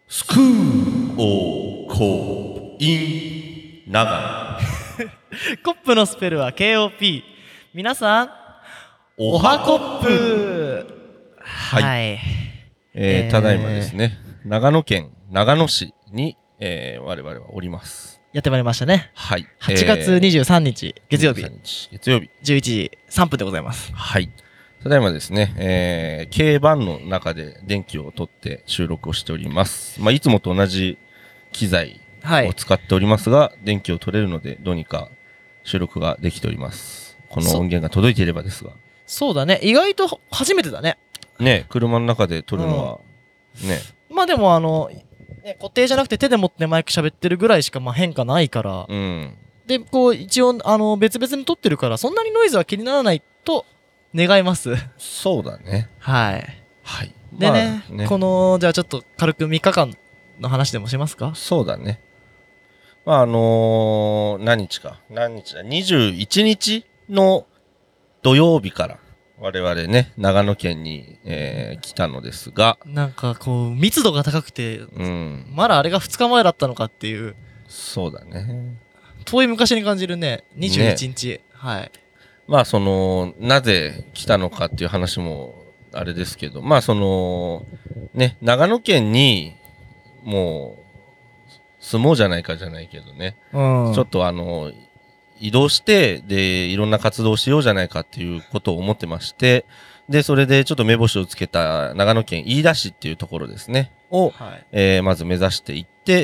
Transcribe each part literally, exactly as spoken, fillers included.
スクーオーコーイン長野コップのスペルは ケーオーピー。 皆さんおはコップ。 はい、 はい、 えーえーただいまですね、長野県長野市に、えー、我々はおります。 やってまいりましたね。 はい、 はちがつにじゅうさんにち、えー、月曜日にじゅうさんにち月曜日じゅういちじさんぷんでございます。 はい、ただいまですね、えー、軽バンの中で電気を取って収録をしております。まあ、いつもと同じ機材を使っておりますが、はい、電気を取れるのでどうにか収録ができております。この音源が届いていればですが。 そうだね、意外と初めてだね。 ね、車の中で撮るのは、うん、ね。 まあでもあの、ね、固定じゃなくて手で持ってマイク喋ってるぐらいしかまあ変化ないから、 うん、でこう一応あの別々に撮ってるからそんなにノイズは気にならないと願います。 そうだね。 はい。 はい。 でね、 まあ、ね、 このじゃあちょっと軽くみっかかんの話でもしますか。 そうだね。まああのー、何日か何日だにじゅういちにちの土曜日から我々ね長野県に、えー、来たのですが、 なんかこう密度が高くて、 うん、 まだあれがふつかまえだったのかっていう。 そうだね。 遠い昔に感じるね。にじゅういちにち、ね、はい。 まあそのなぜ来たのかっていう話もあれですけど、まあそのね長野県にもう住もうじゃないかじゃないけどね、うん、ちょっとあの移動してでいろんな活動をしようじゃないかっていうことを思ってまして、でそれでちょっと目星をつけた長野県飯田市っていうところですねを、はい、えー、まず目指していって、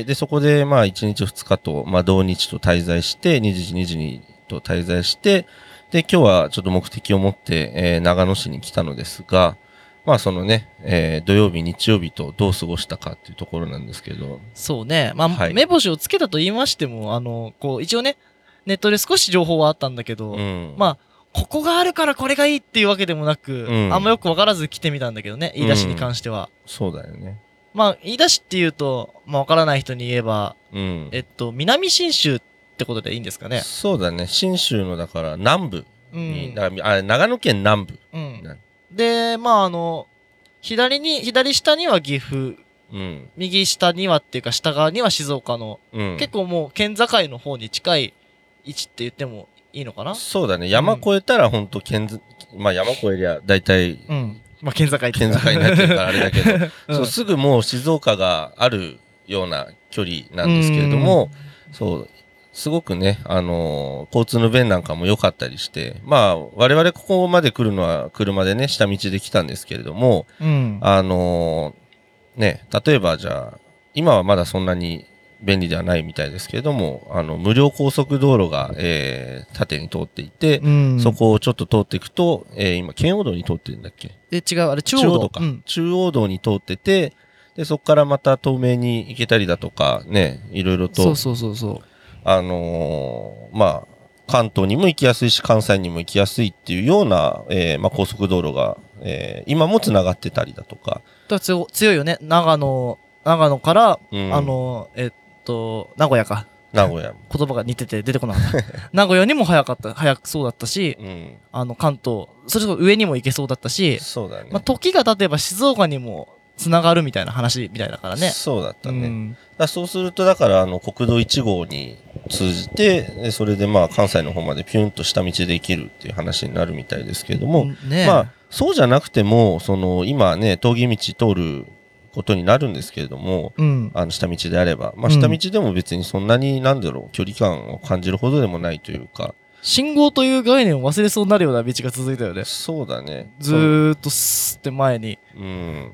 でそこでまあいちにちふつかと、まあ、同日と滞在してにじにじにと滞在して、で今日はちょっと目的を持って、えー、長野市に来たのですが、まあそのね、えー、土曜日日曜日とどう過ごしたかっていうところなんですけど。 そうね、まあ、はい、目星をつけたと言いましても、あのこう一応ねネットで少し情報はあったんだけど、うん、まあここがあるからこれがいいっていうわけでもなく、うん、あんまよく分からず来てみたんだけどね、飯田市に関しては、 うん、そうだよね。 まあ飯田市っていうと、まあ、分からない人に言えば、うん、えっと南信州ってことでいいんですかね。 そうだね、信州のだから南部に、うん、だからあ長野県南部、うん、 でまああの左に左下には岐阜、うん、右下にはっていうか下側には静岡の、うん、結構もう県境の方に近い位置って言ってもいいのかな。 そうだね、山越えたら本当県、うん、まあ山越えりゃ大体、 うん、まあ県境って県境になってるからあれだけど、うん、そうすぐもう静岡があるような距離なんですけれども、そうすごくね、あのー、交通の便なんかも良かったりして、まあ我々ここまで来るのは車でね下道で来たんですけれども、うん、あのー、ね例えばじゃあ今はまだそんなに便利ではないみたいですけれども、あの無料高速道路が、えー、縦に通っていて、うん、そこをちょっと通っていくと、えー、今圏央道に通ってるんだっけ？ え違う、あれ中央道、中央道か、うん、中央道に通ってて、でそこからまた東名に行けたりだとかね、いろいろと、 そうそうそうそう、 あのー、まあ関東にも行きやすいし関西にも行きやすいっていうような、えーまあ、高速道路が、えー、今もつながってたりだとか。 だ強いよね、長野長野から、うん、あのえっと名古屋か。 名古屋言葉が似てて出てこなかった名古屋にも早かった早くそうだったし、うん、あの関東それこそ上にも行けそうだったし、 そうだね、 まあ、時が経てば静岡にもつながるみたいな話みたいだからね。 そうだったね、うん、だそうするとだからあの国道いち号に通じて、でそれでまあ関西の方までピュンと下道で行けるっていう話になるみたいですけれども、ね、まあそうじゃなくてもその今ね峠道通ることになるんですけれども、うん、あの下道であれば、まあ、下道でも別にそんなになんだろう距離感を感じるほどでもないというか、 信号という概念を忘れそうになるような道が続いたよね。 そうだね、 ずーっとスッて前に、 うん、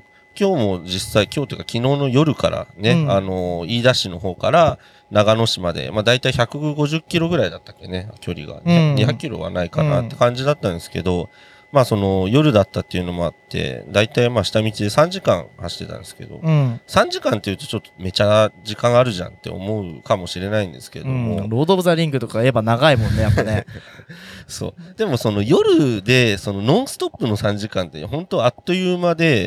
今日も実際今日というか昨日の夜からね、うん、あの飯田市の方から長野市まで、まあ、大体ひゃくごじゅっキロぐらいだったっけね距離が、ね、うん、にひゃくキロはないかなって感じだったんですけど、うん、まあその夜だったっていうのもあって大体まあ下道でさんじかん走ってたんですけど、うん、さんじかんっていうとちょっとめちゃ時間あるじゃんって思うかもしれないんですけども、 うん、ロード・オブ・ザ・リングとか言えば長いもんねやっぱねそうでもその夜でそのノンストップのさんじかんって本当あっという間で、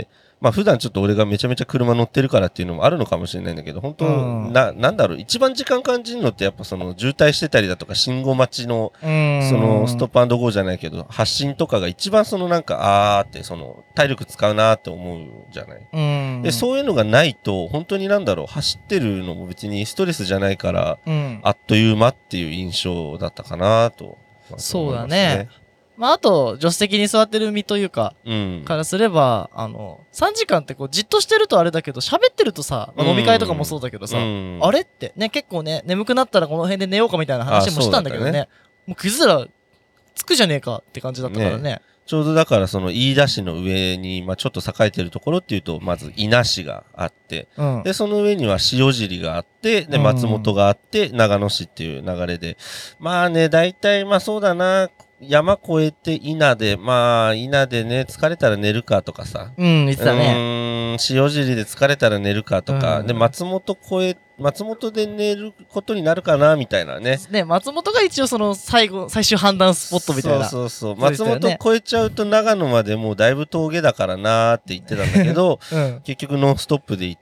まあ普段ちょっと俺がめちゃめちゃ車乗ってるからっていうのもあるのかもしれないんだけど、本当、うん、な、なんだろう、一番時間感じるのってやっぱその渋滞してたりだとか信号待ちの、そのストップ&ゴーじゃないけど、発進とかが一番そのなんか、あーってその体力使うなーって思うじゃない。うん、で、そういうのがないと、本当になんだろう、走ってるのも別にストレスじゃないから、うん、あっという間っていう印象だったかなと、 まあ、そうだね。まあ、あと、助手席に座ってる身というか、うん、からすれば、あの、さんじかんってこう、じっとしてるとあれだけど、喋ってるとさ、まあ、飲み会とかもそうだけどさ、うん、あれってね、結構ね、眠くなったらこの辺で寝ようかみたいな話もしたんだけどね、ねもうくずら、つくじゃねえかって感じだったからね。ねちょうどだからその飯田市の上に、まあ、ちょっと栄えてるところっていうと、まず伊那市があって、うん、で、その上には塩尻があって、で、松本があって、長野市っていう流れで、まあね、大体、まあそうだな、山越えて伊那で、まあ、伊那でね、疲れたら寝るかとかさ。 うん、言ってたね。 うーん、塩尻で疲れたら寝るかとか、うん、で、松本越え、松本で寝ることになるかな、みたいなね。 ね、松本が一応その最後、最終判断スポットみたいな。 そうそうそう。松本越えちゃうと長野までもうだいぶ峠だからなーって言ってたんだけど、うん、結局ノンストップで行って、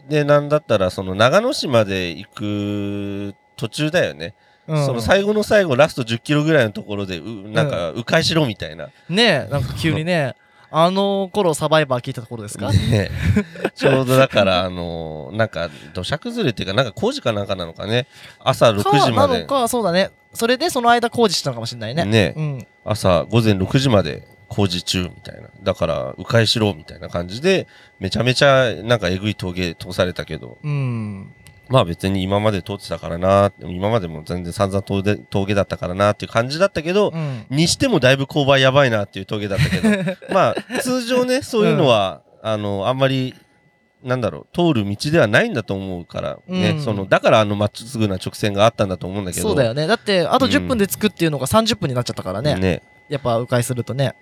で、なんだったらその長野市まで行く途中だよね。うん、その最後の最後ラストじゅっキロぐらいのところでうなんか迂回しろみたいな、 うん、ねえなんか急にねあの頃サバイバー聞いたところですかねちょうどだからあのー、なんか土砂崩れっていうかなんか工事かなんかなのかね朝ろくじまでなのかそうだねそれでその間工事したのかもしれないねね、うん、朝ごぜんろくじまで工事中みたいなだから迂回しろみたいな感じでめちゃめちゃなんかえぐい峠通されたけどうんまあ別に今まで通ってたからな、今までも全然散々峠峠だったからなっていう感じだったけど、うん、にしてもだいぶ勾配やばいなっていう峠だったけど、まあ通常ね、そういうのは、うん、あの、あんまり、なんだろう、通る道ではないんだと思うからね、うん、その、だからあのまっすぐな直線があったんだと思うんだけど。 そうだよね。だって、あとじゅっぷんで着くっていうのがさんじゅっぷんになっちゃったからね。ね。やっぱ迂回するとね。 うん。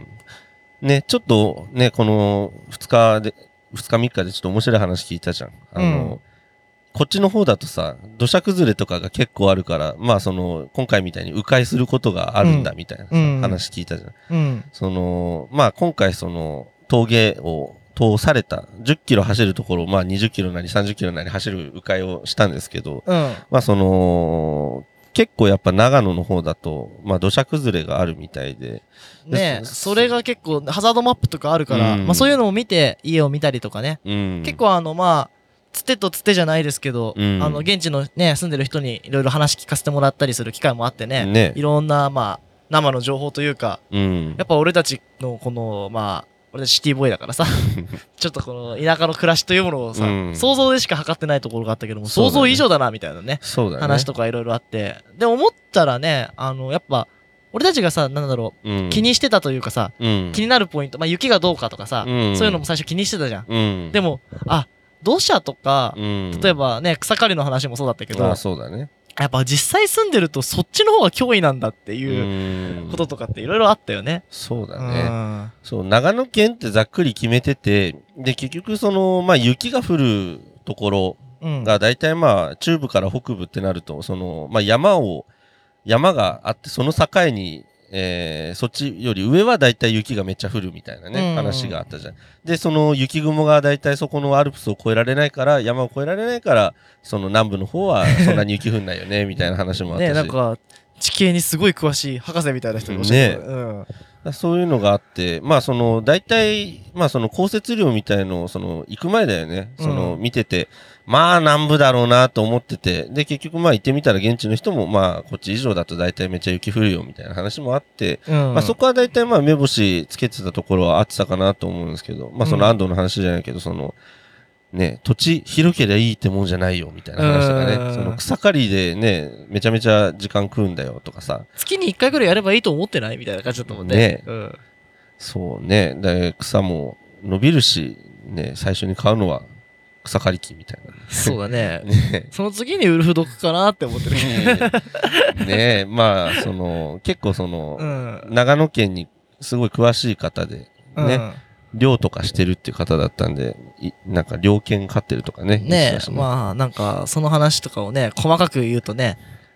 ね、ちょっとね、このふつかで、ふつかみっかでちょっと面白い話聞いたじゃん。あの、うんこっちの方だとさ、土砂崩れとかが結構あるから、まあその、今回みたいに迂回することがあるんだみたいなさ、うん、話聞いたじゃん。うん、その、まあ今回その、峠を通された、じゅっキロ走るところを、まあにじゅっキロなりさんじゅっキロなり走る迂回をしたんですけど、うん、まあその、結構やっぱ長野の方だと、まあ土砂崩れがあるみたいで。 ねえ、それが結構ハザードマップとかあるから、うん、まあそういうのを見て家を見たりとかね。うん、結構あのまあ、つてとつてじゃないですけど、うん、あの現地のね住んでる人にいろいろ話聞かせてもらったりする機会もあってね、ねいろんなまあ生の情報というか、うん、やっぱ俺たちのこのまあ俺たちシティボーイだからさちょっとこの田舎の暮らしというものをさ、うん、想像でしか測ってないところがあったけども、ね、想像以上だなみたいなね、ね話とかいろいろあって、で思ったらねあのやっぱ俺たちがさ、なんだろう、うん、気にしてたというかさ、うん、気になるポイント、まあ雪がどうかとかさ、うん、そういうのも最初気にしてたじゃん。うん、でも、あ、土砂とか、うん、例えばね、草刈りの話もそうだったけど、 あ、そうだね。 やっぱ実際住んでるとそっちの方が脅威なんだっていうこととかっていろいろあったよね。 そうだね。そう、長野県ってざっくり決めてて、で、結局その、まあ雪が降るところが大体まあ中部から北部ってなると、その、まあ山を、山があって、その境に、えー、そっちより上はだいたい雪がめっちゃ降るみたいなね、うん、話があったじゃん。で、その雪雲がだいたいそこのアルプスを越えられないから、山を越えられないから、その南部の方はそんなに雪降んないよね、みたいな話もあったし。 ね、なんか、地形にすごい詳しい博士みたいな人がおっしゃってね、 うん、そういうのがあって、まあその、だいたい、まあその降雪量みたいのを、その、行く前だよね、その、見てて、まあ南部だろうなと思ってて、で結局まあ行ってみたら現地の人もまあこっち以上だと大体めっちゃ雪降るよみたいな話もあって、うん、まあそこは大体まあ目星つけてたところはあってたかなと思うんですけど、まあその安藤の話じゃないけど、そのね、土地広ければいいってもんじゃないよみたいな話とかね、その草刈りでね、めちゃめちゃ時間食うんだよとかさ。 月にいっかいぐらいやればいいと思ってないみたいな感じだったもんね。ね、うん、 そうね、で草も伸びるし、ね、最初に買うのは草刈り機みたいな。 そうだね。ねその次にウルフドッグかなって思ってるね。ねえ、まあ、その、結構その、うん、長野県にすごい詳しい方で、ね、うん、猟とかしてるっていう方だったんで、なんか猟犬飼ってるとかね。 ねえ、まあ、なんか、その話とかをね、細かく言うとね、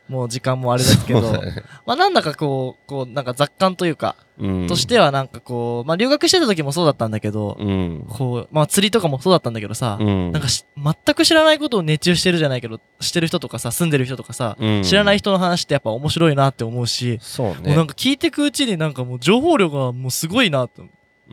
もう時間もあれですけど、ね、まあなんだかこう、こうなんか雑感というか、うん、としてはなんかこう、まあ留学してた時もそうだったんだけど、うん、こう、まあ釣りとかもそうだったんだけどさ、うん、なんか全く知らないことを熱中してるじゃないけど、してる人とかさ、住んでる人とかさ、うん、知らない人の話ってやっぱ面白いなって思うし、 そうね、 もうなんか聞いてくうちになんかもう情報量がもうすごいなと。うん、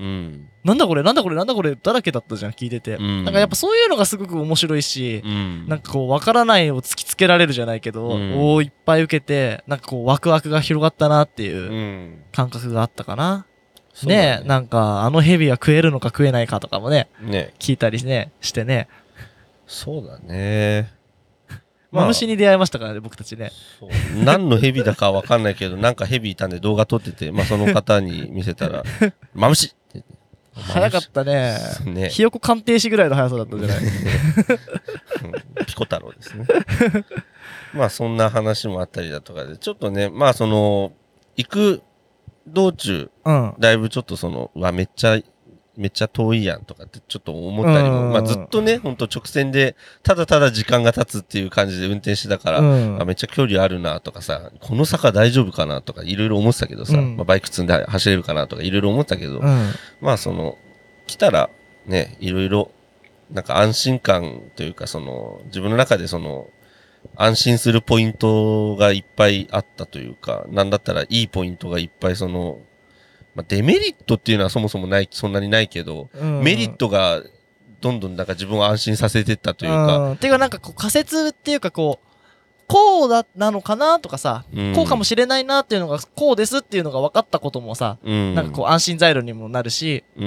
なんだこれなんだこれなんだこれだらけだったじゃん聞いてて、うん、なんかやっぱそういうのがすごく面白いし、うん、なんかこう分からないを突きつけられるじゃないけど、うん、をいっぱい受けてなんかこうワクワクが広がったなっていう感覚があったかな、うん、ねえ、ね、なんかあのヘビは食えるのか食えないかとかも ね, ね聞いたりねしてね。 そうだね、 マムシに出会いましたからね僕たちね。 そう何のヘビだか分かんないけどなんかヘビいたんで動画撮ってて、まあ、その方に見せたらマムシ早かったね。ね、ひよこ鑑定士ぐらいの速さだったんじゃないピコ太郎ですね。まあそんな話もあったりだとかで、ちょっとね、まあその、行く道中、うん、だいぶちょっとその、うわ、めっちゃ、めっちゃ遠いやんとかってちょっと思ったりも、まあずっとね、ほんと直線で、ただただ時間が経つっていう感じで運転してたから、うん、あめっちゃ距離あるなとかさ、この坂大丈夫かなとかいろいろ思ってたけどさ、うん、まあ、バイク積んで走れるかなとかいろいろ思ったけど、うん、まあその、来たらね、いろいろ、なんか安心感というかその、自分の中でその、安心するポイントがいっぱいあったというか、なんだったらいいポイントがいっぱいその、まあ、デメリットっていうのはそもそもない、そんなにないけど、うんうん、メリットがどんどんなんか自分を安心させてったというか。 うん、っていうかなんかこう仮説っていうかこう、こうだ、なのかなとかさ、うん、こうかもしれないなっていうのが、こうですっていうのが分かったこともさ、うん、なんかこう安心材料にもなるし、うん、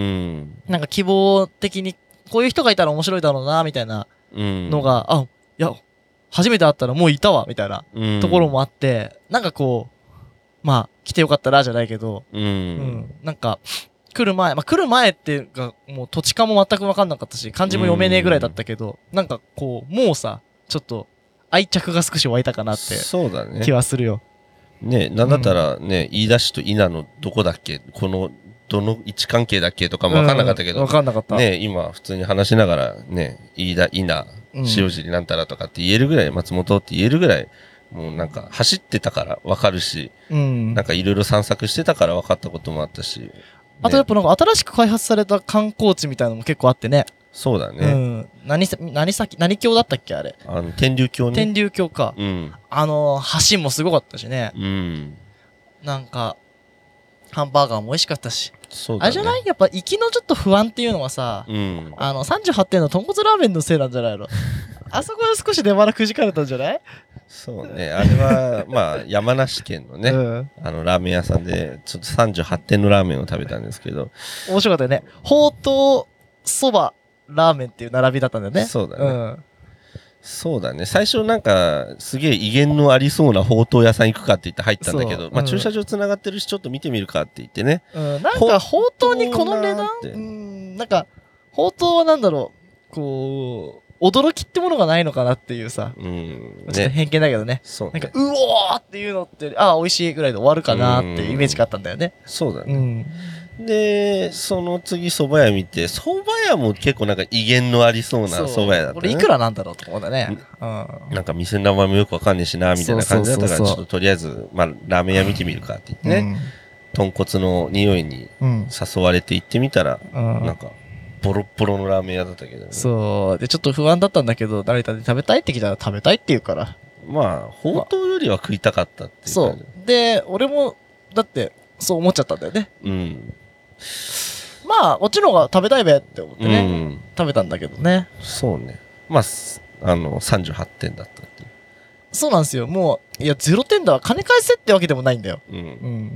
なんか希望的にこういう人がいたら面白いだろうな、みたいなのが、うん、あ、いや、初めて会ったらもういたわ、みたいなところもあって、なんかこう、まあ、来てよかったらじゃないけど、うんうん、なんか、来る前、まあ来る前っていうか、もう土地勘も全く分かんなかったし、漢字も読めねえぐらいだったけど、うん、なんかこう、もうさ、ちょっと、愛着が少し湧いたかなって気はするよ。 ね、なんだったらね、飯田市と伊那のどこだっけ、この、どの位置関係だっけとかも分かんなかったけど、 うん、分かんなかった。 ね、今普通に話しながらね、飯田、伊那、塩尻なんたらとかって言えるぐらい、松本って言えるぐらい、もうなんか走ってたから分かるし、うん、なんかいろいろ散策してたから分かったこともあったし、ね、 あとやっぱなんか新しく開発された観光地みたいなのも結構あってね。 そうだね。 うん。何さ、何先、何橋だったっけあれ。 あの、天竜橋ね。 天竜橋か。うん。あの、橋もすごかったしね。うん。なんか、ハンバーガーも美味しかったし。そうだね。あれじゃないやっぱ行きのちょっと不安っていうのはさ、うん。あの、さんじゅうはちてんの豚骨ラーメンのせいなんじゃないのあそこで少し出腹くじかれたんじゃない？ そうね。あれは、まあ、山梨県のね、うん、あの、ラーメン屋さんで、ちょっとさんじゅうはちてんのラーメンを食べたんですけど。 面白かったよね。ほうとうそばラーメンっていう並びだったんだよね。 そうだね。うん、そうだね。最初なんか、すげえ威厳のありそうなほうとう屋さん行くかって言って入ったんだけど、まあ、うん、駐車場つながってるし、ちょっと見てみるかって言ってね。 うん、なんか、ほうとうにこの値段うん、なんか、ほうとうはなんだろう、こう、驚きってものがないのかなっていうさ、うん、ね、ちょっと偏見だけどね。そうね。なんか、うおーっていうのって、ああ、美味しいぐらいで終わるかなっていうイメージがあったんだよね。 そうだね。うん、で、その次蕎麦屋見て、蕎麦屋も結構なんか威厳のありそうな蕎麦屋だったね。 これいくらなんだろうと思うんだね。 うん。なんか店の名前もよくわかんねえしな、みたいな感じだったから、ちょっととりあえず、まあ、ラーメン屋見てみるかって言ってね、うん、豚骨の匂いに誘われて行ってみたら、うん、なんか、ボロッボロのラーメン屋だったけどね。 そう。で、ちょっと不安だったんだけど、誰かで食べたいって来たら食べたいって言うから。 まあ、ほうとうよりは食いたかったっていう。 そう。で、俺も、だって、そう思っちゃったんだよね。うん。まあ、こっちの方が食べたいべって思ってね。うん、食べたんだけどね。 そうね。まあ、あの、さんじゅうはちてんだったっていう。 そうなんですよ。もう、いや、ゼロてんだわ。金返せってわけでもないんだよ。うん。うん、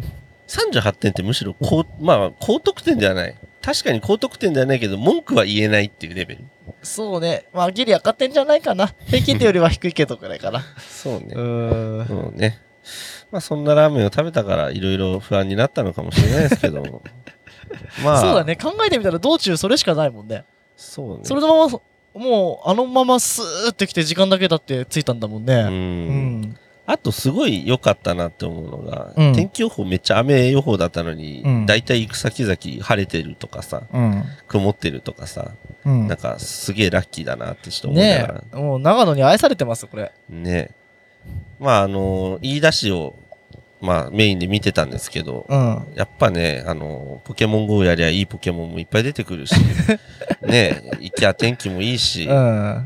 さんじゅうはちてんってむしろ高、まあ、高得点ではない。確かに高得点ではないけど、文句は言えないっていうレベル。 そうね。まあ、ギリ赤点じゃないかな。平均点よりは低いけどくらいかな。 そうね。うーん。そうね。まあ、そんなラーメンを食べたから、いろいろ不安になったのかもしれないですけども。 まあ。そうだね。考えてみたら道中それしかないもんね。 そうね。 それのまま、もう、あのままスーってきて時間だけだってついたんだもんね。うん。うんあとすごい良かったなって思うのが、うん、天気予報めっちゃ雨予報だったのに、うん、だいたい行く先々晴れてるとかさ、うん、曇ってるとかさ、うん、なんかすげえラッキーだなってちょっと思いながら。 ねえ、もう長野に愛されてますこれ。 ねまああの飯田市をまあメインで見てたんですけど、うん、やっぱねあのポケモン ゴー やりゃいいポケモンもいっぱい出てくるしね行きゃ天気もいいし、うん、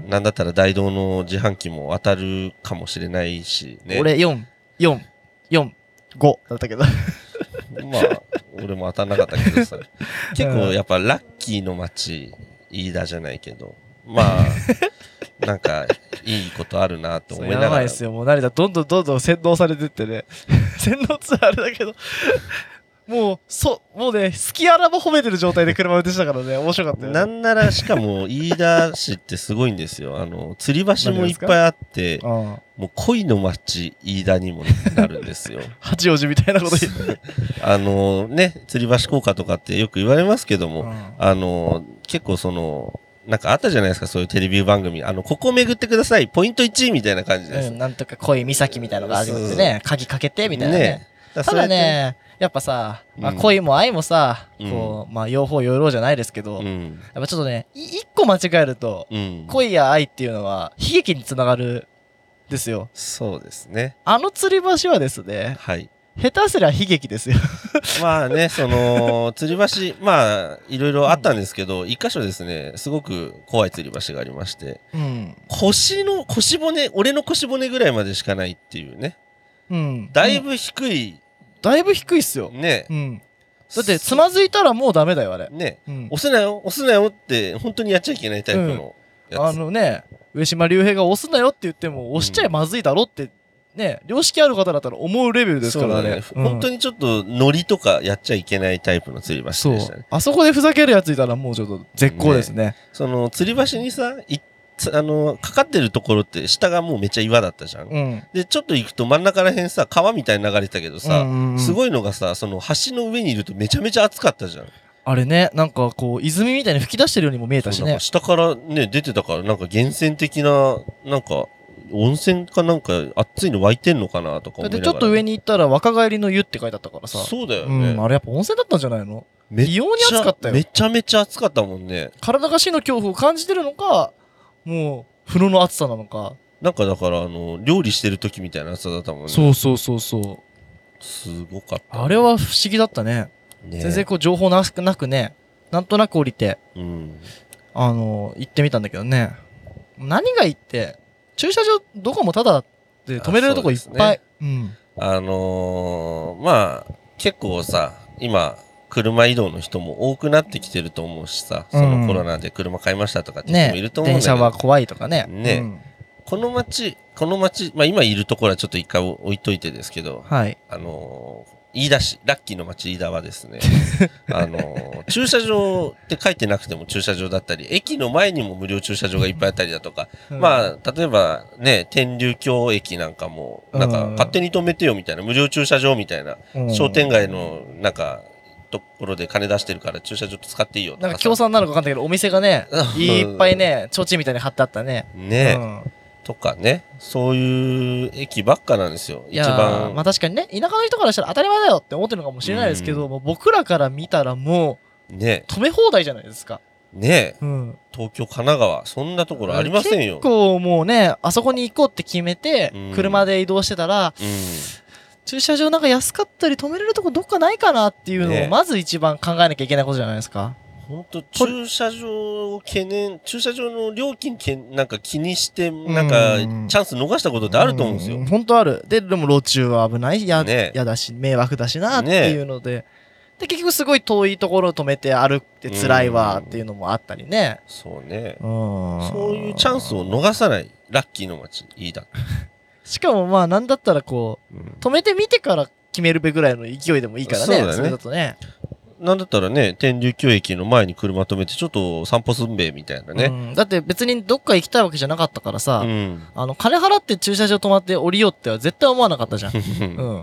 なんだったら大道の自販機も当たるかもしれないしね。 俺よん、よん、よん、ごだったけどまあ俺も当たんなかったけどさ結構やっぱラッキーの街飯田じゃないけどまあなんかいいことあるなと思いながら。 やばいですよ。もう成田どんどんどんどん洗脳されてってね洗脳ツアーあれだけどもうそもうね好きあらば褒めてる状態で車運転したからね面白かったよ、ね、 なんならしかも飯田市ってすごいんですよ。あの吊り橋もいっぱいあってもう恋の街飯田にもなるんですよ八王子みたいなこと言ってあのね吊り橋効果とかってよく言われますけども、うん、あの結構そのなんかあったじゃないですかそういうテレビ番組あのここ巡ってくださいポイントいちみたいな感じです、 うん、なんとか恋岬みたいなのがあるんでね鍵かけてみたいなね、ねだただねやっぱさ、まあ、恋も愛もさ、うん、こうまあ両方よろうじゃないですけど、うん、やっぱちょっとね一個間違えると、うん、恋や愛っていうのは悲劇につながるですよ。 そうですね。 あの吊り橋はですね、はい、下手すりゃ悲劇ですよまあねその吊り橋まあいろいろあったんですけど、うん、一箇所ですねすごく怖い吊り橋がありまして、うん、腰の腰骨俺の腰骨ぐらいまでしかないっていうね、うん、だいぶ低い、 だいぶ低いっすよね、うん、だってつまずいたらもうダメだよあれね、うん、押すなよ押すなよって本当にやっちゃいけないタイプのやつ、うん、 あのね上島竜兵が押すなよって言っても押しちゃまずいだろってね良識ある方だったら思うレベルですからね、 うん、本当にちょっとノリとかやっちゃいけないタイプの吊り橋でしたね。 あそこでふざけるやついたらもうちょっと絶好ですね。ねその吊り橋にさいあのかかってるところって下がもうめっちゃ岩だったじゃん、うん、でちょっと行くと真ん中らへんさ川みたいに流れてたけどさ、うんうんうん、すごいのがさその橋の上にいるとめちゃめちゃ暑かったじゃんあれねなんかこう泉みたいに吹き出してるようにも見えたしね下からね出てたからなんか源泉的ななんか温泉かなんか熱いの湧いてんのかなとか思いながら、 でちょっと上に行ったら若返りの湯って書いてあったからさそうだよね、 うん、あれやっぱ温泉だったんじゃないの。異様に暑かったよ。 めちゃめちゃ暑かったもんね。 体が死の恐怖を感じてるのかもう風呂の暑さなのかなんかだからあの料理してる時みたいな暑さだったもんね。 そうそうそうそうすごかった、ね、 あれは不思議だった ね, ね全然こう情報なくなくねなんとなく降りて、うん、あの行ってみたんだけどね何がいいって駐車場どこもタダで止めれるとこいっぱい、ねうん、 あのー、まあ結構さ今車移動の人も多くなってきてると思うしさ、うん、そのコロナで車買いましたとかって人もいると思うんだけど、 ね、電車は怖いとかねね、うん、この街この街、まあ、今いるところはちょっと一回置いといてですけど、はい、あのー飯田市ラッキーの町飯田はですねあの駐車場って書いてなくても駐車場だったり駅の前にも無料駐車場がいっぱいあったりだとか、うん、まあ例えばね天竜峡駅なんかもなんか勝手に止めてよみたいな無料駐車場みたいな、うん、商店街のなんかところで金出してるから駐車場使っていいよとかなんか協賛なのか分かんないけどお店がねいっぱいね提灯みたいに貼ってあったねね、うんとかねそういう駅ばっかなんですよ。 いや一番まあ確かにね田舎の人からしたら当たり前だよって思ってるのかもしれないですけど、うん、もう僕らから見たらもう、ね、止め放題じゃないですかねえ、うん、東京神奈川そんなところありませんよ。 結構もうねあそこに行こうって決めて、うん、車で移動してたら、うん、駐車場なんか安かったり止めれるとこどっかないかなっていうのをまず一番考えなきゃいけないことじゃないですか。 本当駐車場を懸念駐車場の料金けなんか気にしてなんかチャンス逃したことってあると思うんですよ。 本当ある。ででも路中は危ないや、ね、やだし迷惑だしなっていうので、ね、で結局すごい遠いところを止めて歩って辛いわっていうのもあったりね。 そうね。そういうチャンスを逃さないラッキーの街飯田。 しかもまあなんだったらこう、うん、止めてみてから決めるべぐらいの勢いでもいいからね。そうだね。それだとね。 なんだったらね天竜峡駅の前に車止めてちょっと散歩すんべみたいなね、うん、 だって別にどっか行きたいわけじゃなかったからさ、うん、あの金払って駐車場止まって降りようっては絶対思わなかったじゃん、うん、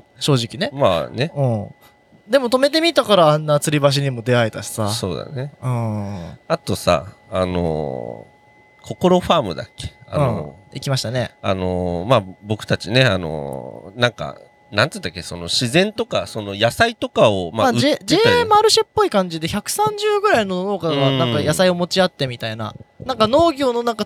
正直ねまあね、 うん、でも止めてみたからあんな吊り橋にも出会えたしさそうだね、うん、あとさあのー、心ファームだっけあのーうん、行きましたねあのー、まあ僕たちねあのー、なんかなんて言ったっけその自然とかその野菜とかをまあ、まあ、J, J マルシェっぽい感じでひゃくさんじゅうぐらいの農家がなんか野菜を持ち合ってみたいななんか農業のなんかちょっと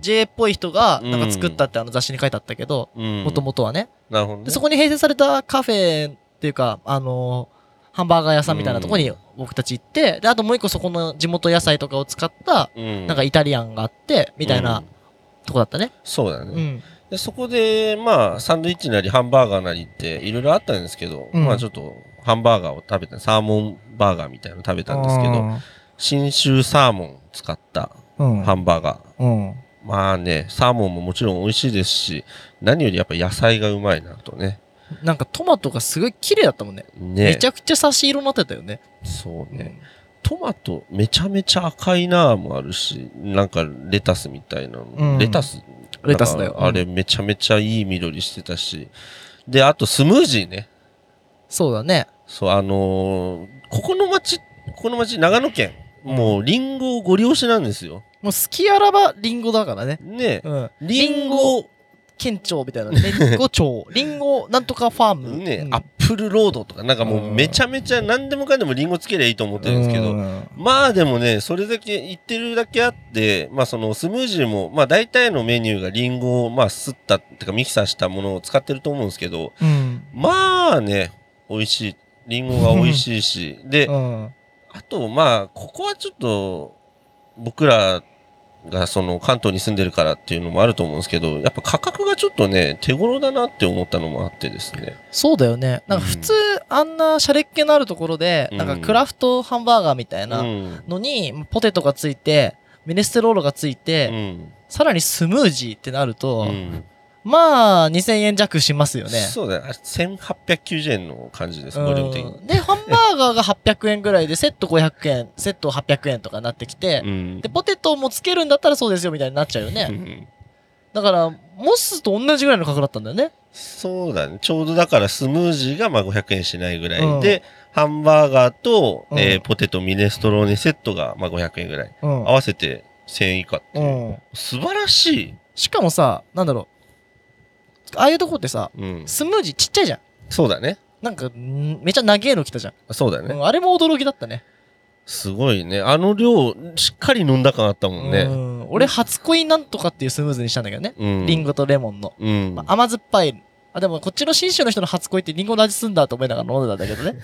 ジェー っぽい人がなんか作ったってあの雑誌に書いてあったけど、もともとはね。 なるほどね。 でそこに併設されたカフェっていうか、あのー、ハンバーガー屋さんみたいなところに僕たち行って、で、あともう一個そこの地元野菜とかを使った、なんかイタリアンがあって、みたいなとこだったね。 そうだね。うんでそこで、まあ、サンドイッチなりハンバーガーなりっていろいろあったんですけど、うん、まあちょっとハンバーガーを食べた、サーモンバーガーみたいなの食べたんですけど、信州サーモン使ったハンバーガー。うんうん、まあね、サーモンももちろん美味しいですし、何よりやっぱ野菜がうまいなとね。 なんかトマトがすごい綺麗だったもんね。ねめちゃくちゃ差し色になってたよね。 そうね。うんトマトめちゃめちゃ赤いなもあるし、なんかレタスみたいなの、うん、レタスレタスだよ、 うん、あれめちゃめちゃいい緑してたし、であとスムージーね。 そうだね。 そうあのー、ここの町ここの町長野県、うん、もうリンゴご利用しなんですよ。 もう好きあらばリンゴだからね。 ね、うん、リンゴ県庁みたいなね、リンゴ町、リンゴなんとかファーム。 ね、うん、アップルロードとか、なんかもうめちゃめちゃ何でもかんでもリンゴつけりゃいいと思ってるんですけど、まあでもね、それだけ言ってるだけあって、まあそのスムージーも、まあ大体のメニューがリンゴをまあすった、ってかミキサーしたものを使ってると思うんですけど、うん、まあね、美味しい。リンゴが美味しいし、で、うん、あとまあ、ここはちょっと、僕ら、がその関東に住んでるからっていうのもあると思うんですけど、やっぱ価格がちょっとね手頃だなって思ったのもあってですね。 そうだよね。なんか普通、うん、あんなシャレっ気のあるところで、うん、なんかクラフトハンバーガーみたいなのに、うん、ポテトがついてミネステロールがついて、うん、さらにスムージーってなると、うん、まあにせんえん弱しますよね。 そうだね。せんはっぴゃくきゅうじゅうえんの感じです、ボリューム的に。 でハンバーガーがはっぴゃくえんぐらいでセットごひゃくえん、セットはっぴゃくえんとかなってきて、うん、でポテトもつけるんだったらそうですよみたいになっちゃうよね。だからモスと同じぐらいの価格だったんだよね。 そうだね。ちょうどだからスムージーがまあごひゃくえんしないぐらい、うん、でハンバーガーと、うんえー、ポテトミネストローネセットがまあごひゃくえんぐらい、うん、合わせてせんえん以下っていう、うん、素晴らしい。 しかもさ、なんだろう、ああいうとこってさ、うん、スムージーちっちゃいじゃん。 そうだね。 なんかめっちゃ長えの来たじゃん。 そうだね、 うん、あれも驚きだったね。 すごいね。あの量しっかり飲んだ感あったもんね。 うん俺初恋なんとかっていうスムーズにしたんだけどね、うん、リンゴとレモンの、うんまあ、甘酸っぱい。あでもこっちの信州の人の初恋ってリンゴの味すんだと思いながら飲んでたんだけどね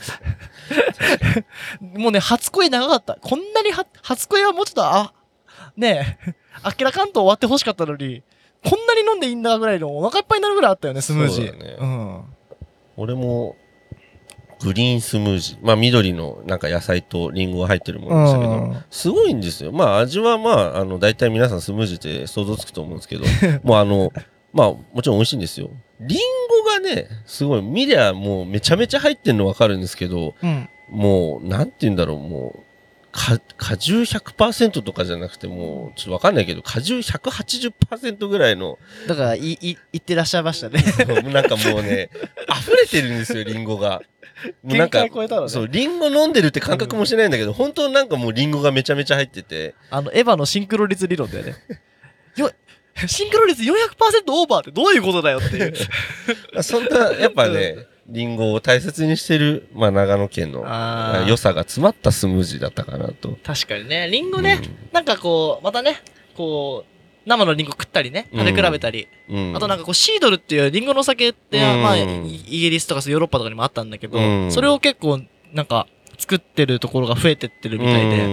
もうね初恋長かった。こんなには初恋はもうちょっとあねえあっけらかんと終わってほしかったのに、こんなに飲んでいいんだぐらいのお腹いっぱいになるぐらいあったよね、スムージー。そうだね。うん。 俺も、グリーンスムージー。まあ緑のなんか野菜とリンゴが入ってるものでしたけど、すごいんですよ。まあ味はまあ、あの、大体皆さんスムージーって想像つくと思うんですけど、もうあの、まあもちろん美味しいんですよ。リンゴがね、すごい、見りゃもうめちゃめちゃ入ってるのわかるんですけど、うん、もう、なんて言うんだろう、もう、か果汁 ひゃくパーセント とかじゃなくてもうちょっとわかんないけど果汁 ひゃくはちじゅっパーセント ぐらいのだからいい言ってらっしゃいましたねなんかもうね溢れてるんですよリンゴが。もうなんか限界超えたのね。 そうリンゴ飲んでるって感覚もしないんだけど、うん、本当なんかもうリンゴがめちゃめちゃ入ってて、 あのエヴァのシンクロ率理論だよねよシンクロ率 よんひゃくパーセント オーバーってどういうことだよっていうそんなやっぱねリンゴを大切にしてる、まあ、長野県の良さが詰まったスムージーだったかなと。 確かにね、リンゴね、うん、なんかこう、またね、こう、生のリンゴ食ったりね、食べ比べたり、うん、あとなんかこう、シードルっていうリンゴの酒って、うん、まあ、イギリスとかヨーロッパとかにもあったんだけど、うん、それを結構、なんか、作ってるところが増えてってるみたいで、うん、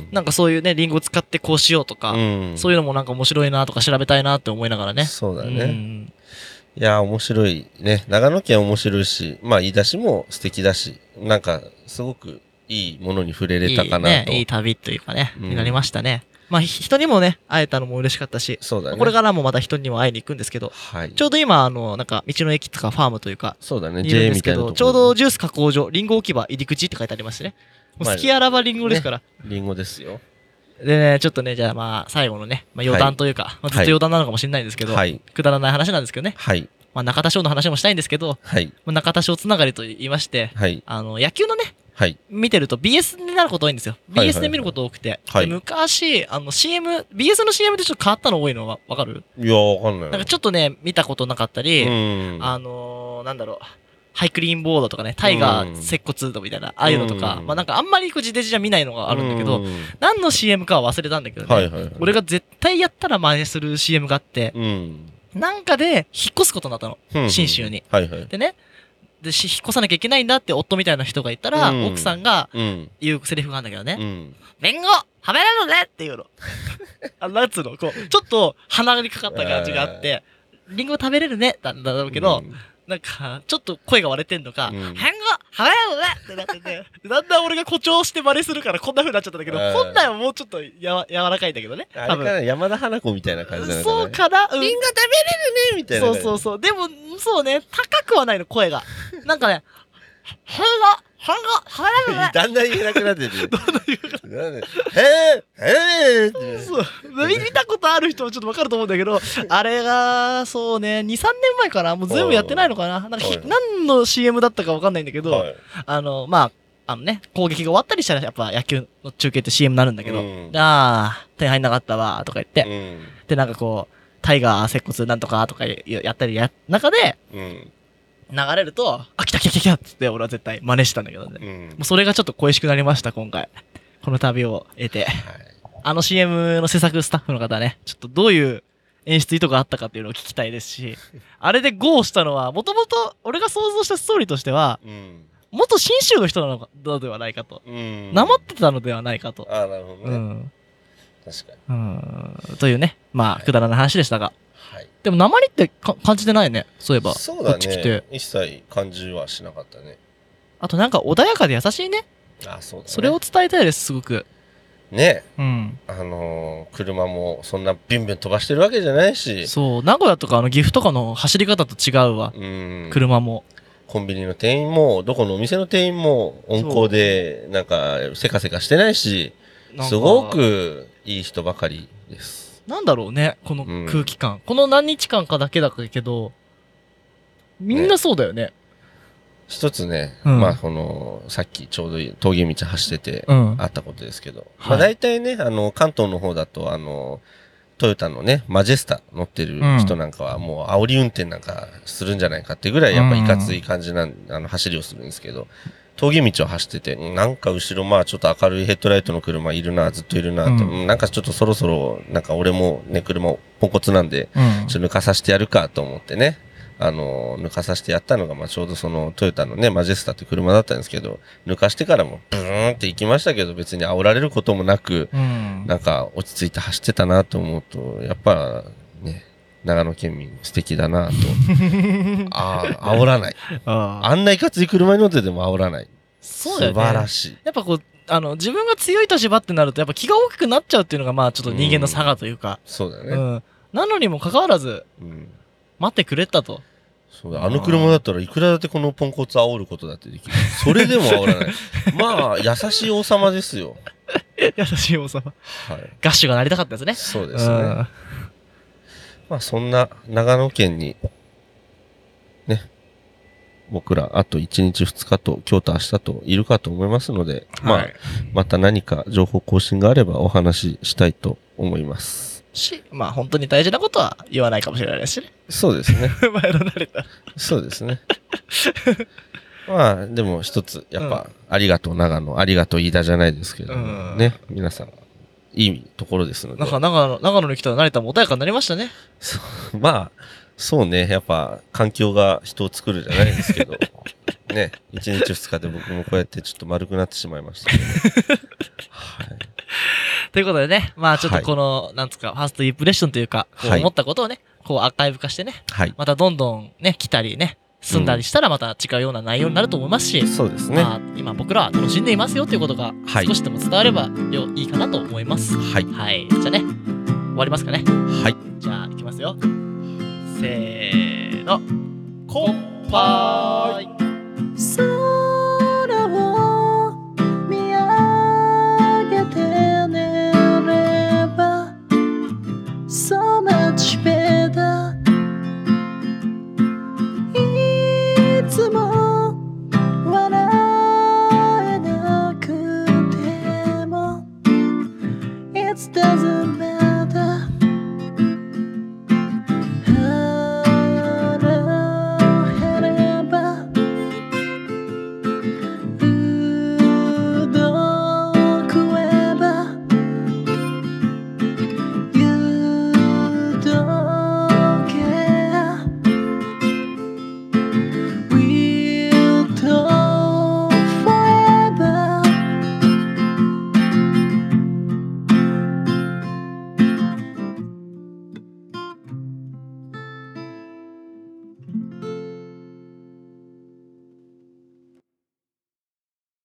なんかそういうね、リンゴを使ってこうしようとか、うん、そういうのもなんか面白いなとか調べたいなって思いながらね。 そうだね。うんいやー面白いね。長野県面白いし、まあ言い出しも素敵だし、なんかすごくいいものに触れれたかなと。いいね、いい旅というかね、うん、になりましたね。まあ人にもね、会えたのも嬉しかったし、 そうだね。 これからもまた人にも会いに行くんですけど、はい、ちょうど今、あの、なんか道の駅とかファームというか、 そうだね、 いるんですけど、ちょうどジュース加工場、リンゴ置き場入り口って書いてありますね。もう好きあらばリンゴですから。 ね、リンゴですよ。 でね、ちょっとね、じゃあまあ最後のね、まあ、余談というか、はいまあ、ずっと余談なのかもしれないんですけど、はい、くだらない話なんですけどね。はいまあ、中田翔の話もしたいんですけど、はい、中田翔つながりと言いまして、はい、あの野球のね、はい、見てると ビーエス になること多いんですよ。ビーエス で見ること多くて、はい、昔あの シーエム、ビーエス の シーエム でちょっと変わったの多いのはわかる？ いやわかんない。 なんかちょっとね見たことなかったり、あのー、なんだろう。 ハイクリーンボードとかね、タイガー接骨度みたいな、ああいうのとか、まあなんかあんまりこう自転車じゃ見ないのがあるんだけど、何の シーエム かは忘れたんだけどね、はいはいはい、俺が絶対やったら真似する シーエム があって、うん、なんかで引っ越すことになったの、信州に、はいはい。でね、で引っ越さなきゃいけないんだって夫みたいな人がいたら、うん、奥さんが言うセリフがあるんだけどね、うん、リンゴ食べれるねっていうの。あ、なんつうの、こう、ちょっと鼻にかかった感じがあって、リンゴ食べれるねなんだろうけど、うん、なんか、ちょっと声が割れてんのか、リンゴ食べれるねってなってて、だんだん俺が誇張して真似するからこんな風になっちゃったんだけど、本来はもうちょっとやわ柔らかいんだけどね。 あれかな、山田花子みたいな感じなのかな。 そうかな、 うん、リンゴ食べれるねみたいな。 そうそうそう。でも、そうね、高くはないの、声が。なんかね、リンゴはんご、はらららだんだん言えなくなってる。 だんだん言えなくなってる。 へぇへぇそう。見たことある人はちょっとわかると思うんだけど、あれが、そうね、に、さんねんまえかな、もう全部やってないのかな。なんかひ、何の シーエム だったかわかんないんだけど、はい、あの、まあ、あのね、攻撃が終わったりしたらやっぱ野球の中継って シーエム になるんだけど、うん、ああ、手入んなかったわ、とか言って、うん、で、なんかこう、タイガー接骨なんとかとかやったりや、中で、うん流れると、あ、来た来た来た来たって俺は絶対真似したんだけどね。うん、もうそれがちょっと恋しくなりました、今回。この旅を得て。はい、あの シーエム の制作スタッフの方ね、ちょっとどういう演出意図があったかっていうのを聞きたいですし、あれで ゴー したのは、もともと俺が想像したストーリーとしては、うん、元信州の人なのではないかと。うん、なまってたのではないかと。 ああ、なるほどね。うん、確かに。 うん。というね、まあ、くだらない話でしたが。はい、でも鉛ってか感じてないね、そういえば。 そうだね、こっち来て一切感じはしなかったね。 あとなんか穏やかで優しいね。 あ、そうだね。 それを伝えたいです、すごく。 ね、うん、あのー、車もそんなビンビン飛ばしてるわけじゃないし。 そう、名古屋とかあの岐阜とかの走り方と違うわ。うん、車も。 コンビニの店員もどこのお店の店員も温厚でなんかせかせかしてないし、すごくいい人ばかりです。 なんだろうね、この空気感、うん、この何日間かだけだけどみんなそうだよね。ね、 一つね、うん、まあこのさっきちょうど峠道走っててあったことですけど、うんまあ、大体ね、あの関東の方だとあのトヨタのねマジェスタ乗ってる人なんかはもう煽り運転なんかするんじゃないかっていうぐらいやっぱいかつい感じなあの走りをするんですけど、峠道を走ってて、なんか後ろまあちょっと明るいヘッドライトの車いるな、ずっといるなと、うん、なんかちょっとそろそろ、なんか俺もね、車ポンコツなんで、うん、ちょっと抜かさせてやるかと思ってね、あの、抜かさせてやったのが、まあちょうどそのトヨタのね、マジェスタって車だったんですけど、抜かしてからもブーンって行きましたけど、別に煽られることもなく、うん、なんか落ち着いて走ってたなと思うと、やっぱね、長野県民素敵だなと。ああ、煽らない。あ, あんないかつい車に乗ってても煽らない。 そうだよね。 素晴らしい。 やっぱこう、あの、自分が強い立場ってなると、やっぱ気が大きくなっちゃうっていうのが、まあちょっと人間の差がというか。 うん、そうだね、 うん。なのにもかかわらず、うん、待ってくれたと。 そうだ、あの車だったらいくらだってこのポンコツ煽ることだってできる。それでも煽らない。まあ、優しい王様ですよ。 優しい王様。はい。ガッシュがなりたかったですね。 そうですね。まあそんな長野県にね、僕らあといちにちふつかと今日と明日といるかと思いますので、はい、まあまた何か情報更新があればお話ししたいと思いますし、まあ本当に大事なことは言わないかもしれないしね。 そうですね。 前の慣れた。 そうですね。まあでも一つやっぱ、うん、ありがとう長野、ありがとう飯田じゃないですけど、うん、ね、皆さんいいところですので。 なんか長野、長野に来たら成田も穏やかになりましたね。 そうまあ、そうね。やっぱ環境が人を作るじゃないですけど。ね。いちにちふつかで僕もこうやってちょっと丸くなってしまいましたけど。はい。 ということでね。まあちょっとこの、はい、なんつうか、ファーストインプレッションというか、こう思ったことをね、こうアーカイブ化してね。はい。またどんどんね、来たりね。住んだりしたらまた違うような内容になると思いますし、うん、そうですね、まあ、今僕らは楽しんでいますよということが少しでも伝わればよ、いいかなと思います。はい、はい、じゃあね終わりますかね。はい、じゃあいきますよ。せーの、乾杯。